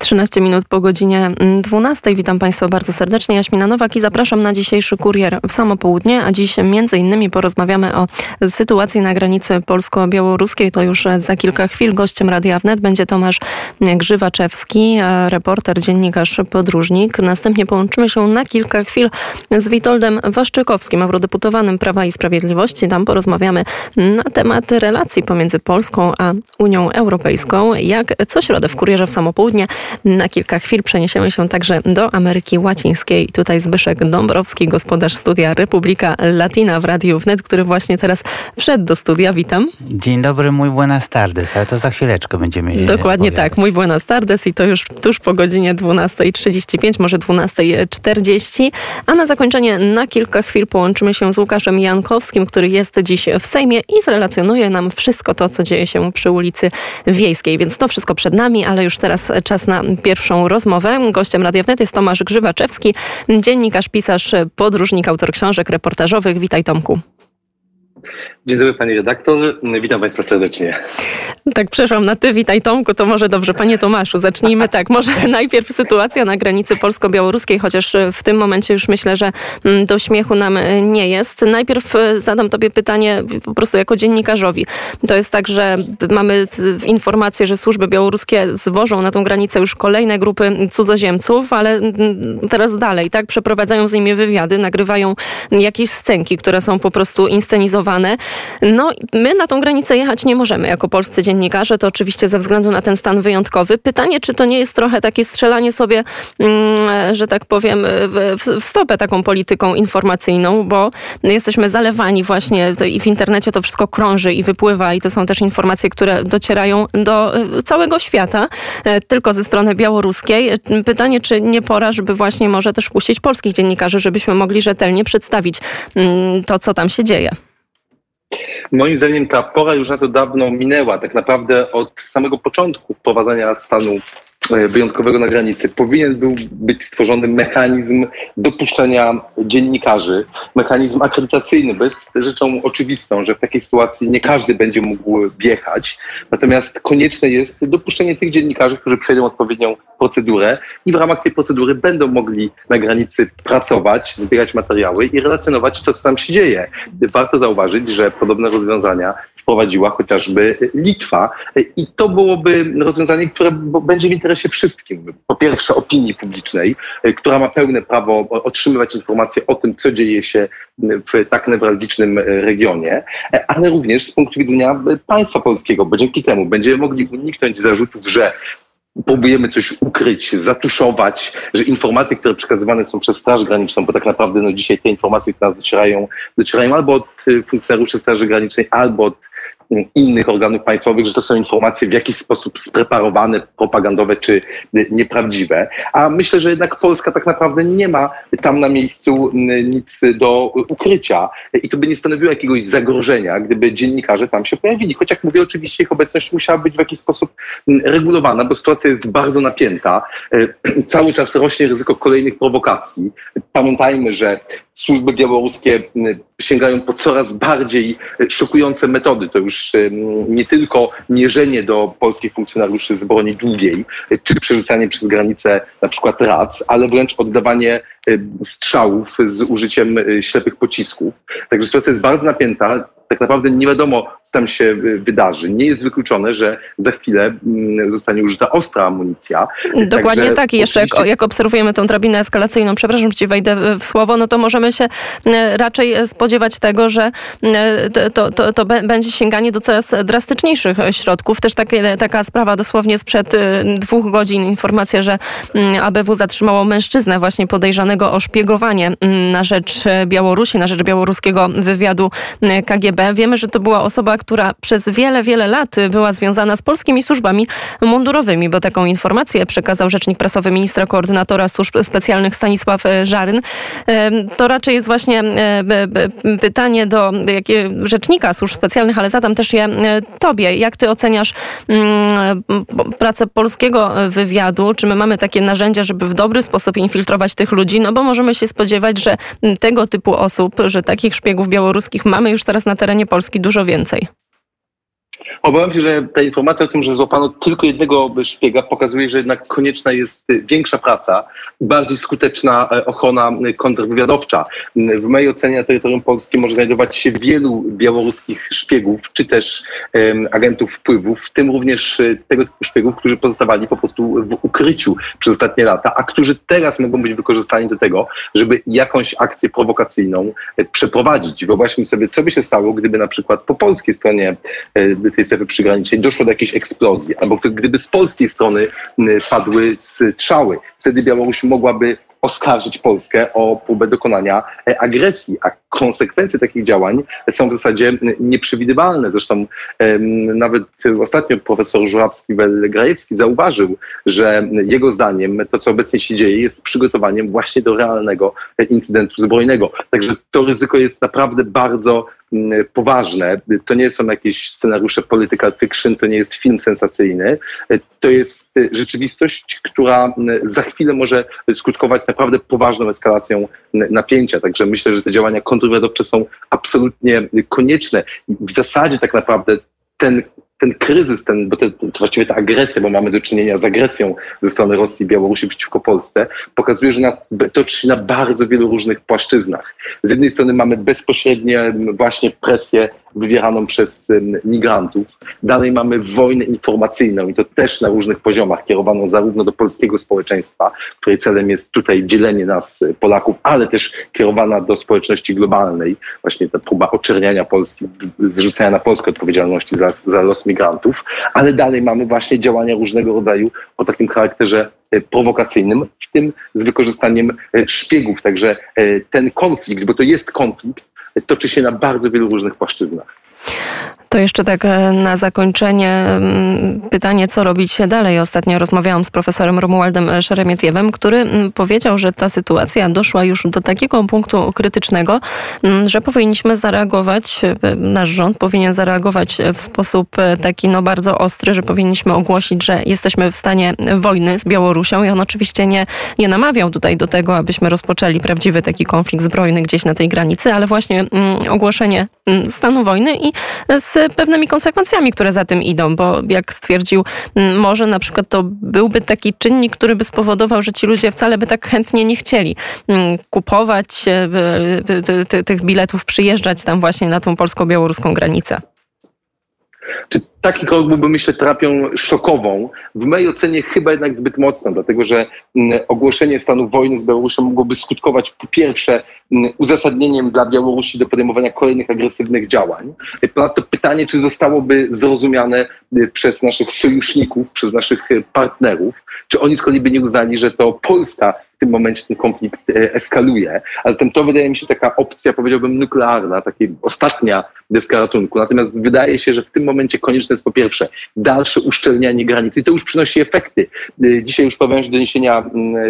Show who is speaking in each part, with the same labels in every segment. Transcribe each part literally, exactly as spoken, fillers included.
Speaker 1: trzynaście minut po godzinie dwunastej. Witam Państwa bardzo serdecznie. Jaśmina Nowak i zapraszam na dzisiejszy Kurier w samo południe, a dziś między innymi porozmawiamy o sytuacji na granicy polsko-białoruskiej. To już za kilka chwil. Gościem Radia Wnet będzie Tomasz Grzywaczewski, reporter, dziennikarz, podróżnik. Następnie połączymy się na kilka chwil z Witoldem Waszczykowskim, eurodeputowanym Prawa i Sprawiedliwości. Tam porozmawiamy na temat relacji pomiędzy Polską a Unią Europejską. Jak co środę w Kurierze w samo południe na kilka chwil przeniesiemy się także do Ameryki Łacińskiej. Tutaj Zbyszek Dąbrowski, gospodarz studia Republika Latina w Radiu Wnet, który właśnie teraz wszedł do studia. Witam.
Speaker 2: Dzień dobry, muy buenas tardes, ale to za chwileczkę będziemy je
Speaker 1: Dokładnie
Speaker 2: opowiadać.
Speaker 1: tak, muy buenas tardes i to już tuż po godzinie dwunastej trzydzieści pięć, może dwunastej czterdzieści, a na zakończenie na kilka chwil połączymy się z Łukaszem Jankowskim, który jest dziś w Sejmie i zrelacjonuje nam wszystko to, co dzieje się przy ulicy Wiejskiej. Więc to wszystko przed nami, ale już teraz czas na pierwszą rozmowę. Gościem Radia Wnet jest Tomasz Grzywaczewski, dziennikarz, pisarz, podróżnik, autor książek reportażowych. Witaj, Tomku.
Speaker 3: Dzień dobry, pani redaktor. Witam Państwa serdecznie.
Speaker 1: Tak, przeszłam na ty. Witaj, Tomku. To może dobrze. Panie Tomaszu, zacznijmy tak. Może najpierw sytuacja na granicy polsko-białoruskiej, chociaż w tym momencie już myślę, że do śmiechu nam nie jest. Najpierw zadam tobie pytanie po prostu jako dziennikarzowi. To jest tak, że mamy informację, że służby białoruskie zwożą na tą granicę już kolejne grupy cudzoziemców, ale teraz dalej, tak? Przeprowadzają z nimi wywiady, nagrywają jakieś scenki, które są po prostu inscenizowane. No, my na tą granicę jechać nie możemy jako polscy dziennikarze, to oczywiście ze względu na ten stan wyjątkowy. Pytanie, czy to nie jest trochę takie strzelanie sobie, mm, że tak powiem, w, w stopę taką polityką informacyjną, bo jesteśmy zalewani właśnie i w internecie to wszystko krąży i wypływa i to są też informacje, które docierają do całego świata, tylko ze strony białoruskiej. Pytanie, czy nie pora, żeby właśnie może też wpuścić polskich dziennikarzy, żebyśmy mogli rzetelnie przedstawić mm, to, co tam się dzieje.
Speaker 3: Moim zdaniem ta pora już na to dawno minęła. Tak naprawdę od samego początku wprowadzania stanu wyjątkowego na granicy powinien był być stworzony mechanizm dopuszczenia dziennikarzy, mechanizm akredytacyjny, bo jest rzeczą oczywistą, że w takiej sytuacji nie każdy będzie mógł wjechać. Natomiast konieczne jest dopuszczenie tych dziennikarzy, którzy przejdą odpowiednią procedurę i w ramach tej procedury będą mogli na granicy pracować, zbierać materiały i relacjonować to, co tam się dzieje. Warto zauważyć, że podobne rozwiązania wprowadziła chociażby Litwa i to byłoby rozwiązanie, które będzie w interesie wszystkim. Po pierwsze opinii publicznej, która ma pełne prawo otrzymywać informacje o tym, co dzieje się w tak newralgicznym regionie, ale również z punktu widzenia państwa polskiego, bo dzięki temu będziemy mogli uniknąć zarzutów, że próbujemy coś ukryć, zatuszować, że informacje, które przekazywane są przez Straż Graniczną, bo tak naprawdę no dzisiaj te informacje, które nas docierają, docierają albo od funkcjonariuszy Straży Granicznej, albo od innych organów państwowych, że to są informacje w jakiś sposób spreparowane, propagandowe czy nieprawdziwe. A myślę, że jednak Polska tak naprawdę nie ma tam na miejscu nic do ukrycia i to by nie stanowiło jakiegoś zagrożenia, gdyby dziennikarze tam się pojawili. Choć jak mówię, oczywiście ich obecność musiała być w jakiś sposób regulowana, bo sytuacja jest bardzo napięta. Cały czas rośnie ryzyko kolejnych prowokacji. Pamiętajmy, że służby białoruskie sięgają po coraz bardziej szokujące metody. To już nie tylko mierzenie do polskich funkcjonariuszy z broni długiej, czy przerzucanie przez granicę na przykład rac, ale wręcz oddawanie strzałów z użyciem ślepych pocisków. Także sytuacja jest bardzo napięta. Tak naprawdę nie wiadomo, co tam się wydarzy. Nie jest wykluczone, że za chwilę zostanie użyta ostra amunicja.
Speaker 1: Dokładnie
Speaker 3: Także
Speaker 1: tak. I jeszcze
Speaker 3: oczywiście...
Speaker 1: jak, jak obserwujemy tą drabinę eskalacyjną, przepraszam, że ci wejdę w słowo, no to możemy się raczej spodziewać tego, że to, to, to będzie sięganie do coraz drastyczniejszych środków. Też takie, taka sprawa dosłownie sprzed dwóch godzin. Informacja, że A B W zatrzymało mężczyznę właśnie podejrzanego o szpiegowanie na rzecz Białorusi, na rzecz białoruskiego wywiadu K G B. Wiemy, że to była osoba, która przez wiele, wiele lat była związana z polskimi służbami mundurowymi, bo taką informację przekazał rzecznik prasowy ministra koordynatora służb specjalnych Stanisław Żaryn. To raczej jest właśnie pytanie do jakie, rzecznika służb specjalnych, ale zadam też je tobie. Jak ty oceniasz pracę polskiego wywiadu? Czy my mamy takie narzędzia, żeby w dobry sposób infiltrować tych ludzi? No bo możemy się spodziewać, że tego typu osób, że takich szpiegów białoruskich mamy już teraz na terenie Polski dużo więcej.
Speaker 3: Obawiam się, że ta informacja o tym, że złapano tylko jednego szpiega, pokazuje, że jednak konieczna jest większa praca, bardziej skuteczna ochrona kontrwywiadowcza. W mojej ocenie na terytorium Polski może znajdować się wielu białoruskich szpiegów, czy też um, agentów wpływów, w tym również tego typu szpiegów, którzy pozostawali po prostu w ukryciu przez ostatnie lata, a którzy teraz mogą być wykorzystani do tego, żeby jakąś akcję prowokacyjną przeprowadzić. Wyobraźmy sobie, co by się stało, gdyby na przykład po polskiej stronie tej strefy przygranicznej doszło do jakiejś eksplozji, albo gdyby z polskiej strony padły strzały. Wtedy Białoruś mogłaby oskarżyć Polskę o próbę dokonania agresji, a konsekwencje takich działań są w zasadzie nieprzewidywalne. Zresztą um, nawet ostatnio profesor Żurawski-Grajewski zauważył, że jego zdaniem to, co obecnie się dzieje, jest przygotowaniem właśnie do realnego incydentu zbrojnego. Także to ryzyko jest naprawdę bardzo um, poważne. To nie są jakieś scenariusze political fiction, to nie jest film sensacyjny. To jest rzeczywistość, która za chwilę może skutkować naprawdę poważną eskalacją napięcia. Także myślę, że te działania kontrwywiadowcze są absolutnie konieczne. W zasadzie tak naprawdę ten, ten kryzys, ten, bo to jest właściwie ta agresja, bo mamy do czynienia z agresją ze strony Rosji i Białorusi przeciwko Polsce, pokazuje, że na, toczy się na bardzo wielu różnych płaszczyznach. Z jednej strony mamy bezpośrednie właśnie presję wywieraną przez um, migrantów. Dalej mamy wojnę informacyjną i to też na różnych poziomach, kierowaną zarówno do polskiego społeczeństwa, której celem jest tutaj dzielenie nas, Polaków, ale też kierowana do społeczności globalnej. Właśnie ta próba oczerniania Polski, zrzucania na Polskę odpowiedzialności za, za los migrantów, ale dalej mamy właśnie działania różnego rodzaju o takim charakterze prowokacyjnym, w tym z wykorzystaniem szpiegów. Także ten konflikt, bo to jest konflikt, toczy się na bardzo wielu różnych płaszczyznach.
Speaker 1: To jeszcze tak na zakończenie pytanie, co robić dalej. Ostatnio rozmawiałam z profesorem Romualdem Szeremietiewem, który powiedział, że ta sytuacja doszła już do takiego punktu krytycznego, że powinniśmy zareagować, nasz rząd powinien zareagować w sposób taki no bardzo ostry, że powinniśmy ogłosić, że jesteśmy w stanie wojny z Białorusią i on oczywiście nie, nie namawiał tutaj do tego, abyśmy rozpoczęli prawdziwy taki konflikt zbrojny gdzieś na tej granicy, ale właśnie ogłoszenie stanu wojny i z pewnymi konsekwencjami, które za tym idą, bo jak stwierdził, może na przykład to byłby taki czynnik, który by spowodował, że ci ludzie wcale by tak chętnie nie chcieli kupować tych biletów, przyjeżdżać tam właśnie na tą polsko-białoruską granicę.
Speaker 3: Czy taki krok byłby, myślę, terapią szokową? W mojej ocenie chyba jednak zbyt mocno, dlatego że ogłoszenie stanu wojny z Białorusią mogłoby skutkować po pierwsze uzasadnieniem dla Białorusi do podejmowania kolejnych agresywnych działań. Ponadto pytanie, czy zostałoby zrozumiane przez naszych sojuszników, przez naszych partnerów, czy oni z kolei by nie uznali, że to Polska w tym momencie ten konflikt eskaluje. A zatem to wydaje mi się taka opcja, powiedziałbym, nuklearna, taka ostatnia deska ratunku. Natomiast wydaje się, że w tym momencie konieczne jest po pierwsze dalsze uszczelnianie granicy i to już przynosi efekty. Dzisiaj już pojawiają się doniesienia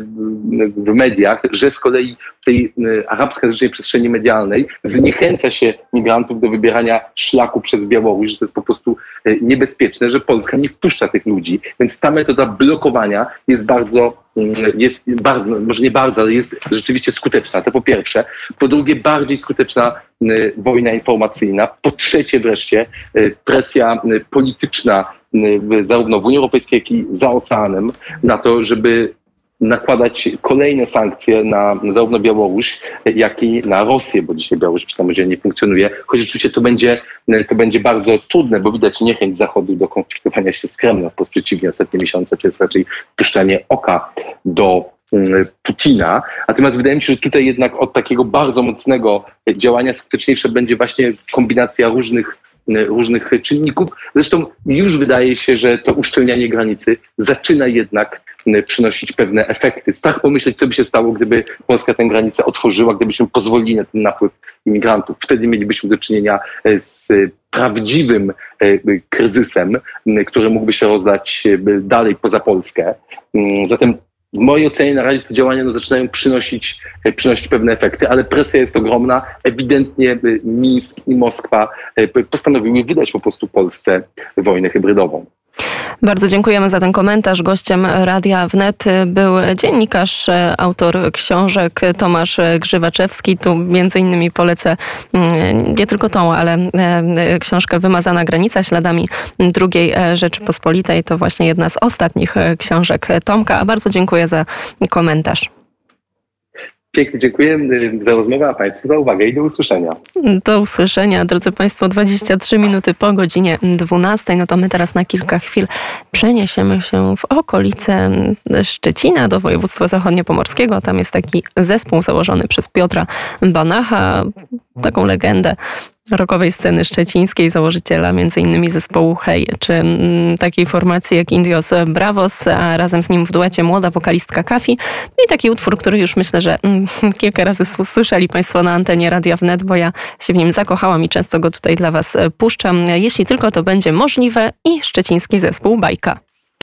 Speaker 3: w mediach, że z kolei w tej arabskojęzycznej przestrzeni medialnej zniechęca się migrantów do wybierania szlaku przez Białoruś, że to jest po prostu niebezpieczne, że Polska nie wpuszcza tych ludzi. Więc ta metoda blokowania jest bardzo, jest bardzo, może nie bardzo, ale jest rzeczywiście skuteczna. To po pierwsze. Po drugie, bardziej skuteczna wojna informacyjna. Po trzecie wreszcie presja polityczna zarówno w Unii Europejskiej, jak i za oceanem na to, żeby nakładać kolejne sankcje na zarówno Białoruś, jak i na Rosję, bo dzisiaj Białoruś samodzielnie funkcjonuje, choć rzeczywiście to będzie, to będzie bardzo trudne, bo widać niechęć Zachodu do konfliktowania się z Kremlem, wprost przeciwnie, ostatnie miesiące to jest raczej puszczanie oka do Putina. Natomiast wydaje mi się, że tutaj jednak od takiego bardzo mocnego działania skuteczniejsze będzie właśnie kombinacja różnych różnych czynników. Zresztą już wydaje się, że to uszczelnianie granicy zaczyna jednak przynosić pewne efekty. Strach pomyśleć, co by się stało, gdyby Polska tę granicę otworzyła, gdybyśmy pozwolili na ten napływ imigrantów. Wtedy mielibyśmy do czynienia z prawdziwym kryzysem, który mógłby się rozdać dalej poza Polskę. Zatem w mojej ocenie na razie te działania no, zaczynają przynosić, przynosić pewne efekty, ale presja jest ogromna. Ewidentnie Mińsk i Moskwa postanowiły wydać po prostu Polsce wojnę hybrydową.
Speaker 1: Bardzo dziękujemy za ten komentarz. Gościem Radia Wnet był dziennikarz, autor książek Tomasz Grzywaczewski. Tu między innymi polecę nie tylko tą, ale książkę Wymazana granica śladami drugiej Rzeczypospolitej. To właśnie jedna z ostatnich książek Tomka. Bardzo dziękuję za komentarz.
Speaker 3: Pięknie dziękuję za rozmowę, a Państwu za uwagę i do usłyszenia.
Speaker 1: Do usłyszenia, drodzy Państwo, dwadzieścia trzy minuty po godzinie dwunastej. No to my teraz na kilka chwil przeniesiemy się w okolice Szczecina do województwa zachodniopomorskiego. Tam jest taki zespół założony przez Piotra Banacha, taką legendę rockowej sceny szczecińskiej, założyciela między innymi zespołu Hej, czy m, takiej formacji jak Indios Bravos, a razem z nim w duecie młoda wokalistka Kafi. I taki utwór, który już myślę, że m, kilka razy słyszeli Państwo na antenie Radia Wnet, bo ja się w nim zakochałam i często go tutaj dla Was puszczam. Jeśli tylko to będzie możliwe, i szczeciński zespół Bajka.